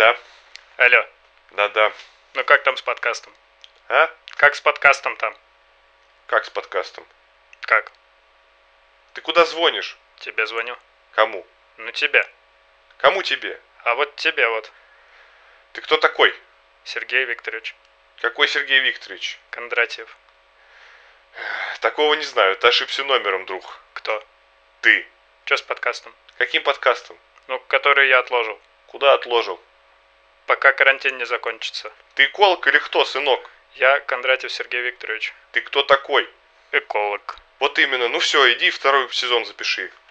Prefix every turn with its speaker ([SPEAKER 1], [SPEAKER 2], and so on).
[SPEAKER 1] Да,
[SPEAKER 2] Алло,
[SPEAKER 1] да.
[SPEAKER 2] ну как там с подкастом?
[SPEAKER 1] А?
[SPEAKER 2] Как с подкастом там?
[SPEAKER 1] Как с подкастом?
[SPEAKER 2] Как?
[SPEAKER 1] Ты куда звонишь?
[SPEAKER 2] Тебе звоню.
[SPEAKER 1] Кому?
[SPEAKER 2] Ну тебе.
[SPEAKER 1] Кому тебе?
[SPEAKER 2] А вот тебе вот,
[SPEAKER 1] Ты кто такой?
[SPEAKER 2] Сергей Викторович
[SPEAKER 1] Какой Сергей Викторович?
[SPEAKER 2] Кондратьев.
[SPEAKER 1] Такого не знаю, ты ошибся номером, друг.
[SPEAKER 2] Кто?
[SPEAKER 1] Ты.
[SPEAKER 2] Че с подкастом?
[SPEAKER 1] Каким подкастом?
[SPEAKER 2] Ну, который я отложил.
[SPEAKER 1] Куда отложил?
[SPEAKER 2] Пока карантин не закончится.
[SPEAKER 1] Ты эколог или кто, сынок?
[SPEAKER 2] Я Кондратьев Сергей Викторович.
[SPEAKER 1] Ты кто такой?
[SPEAKER 2] Эколог.
[SPEAKER 1] Вот именно, ну все, иди второй сезон запиши.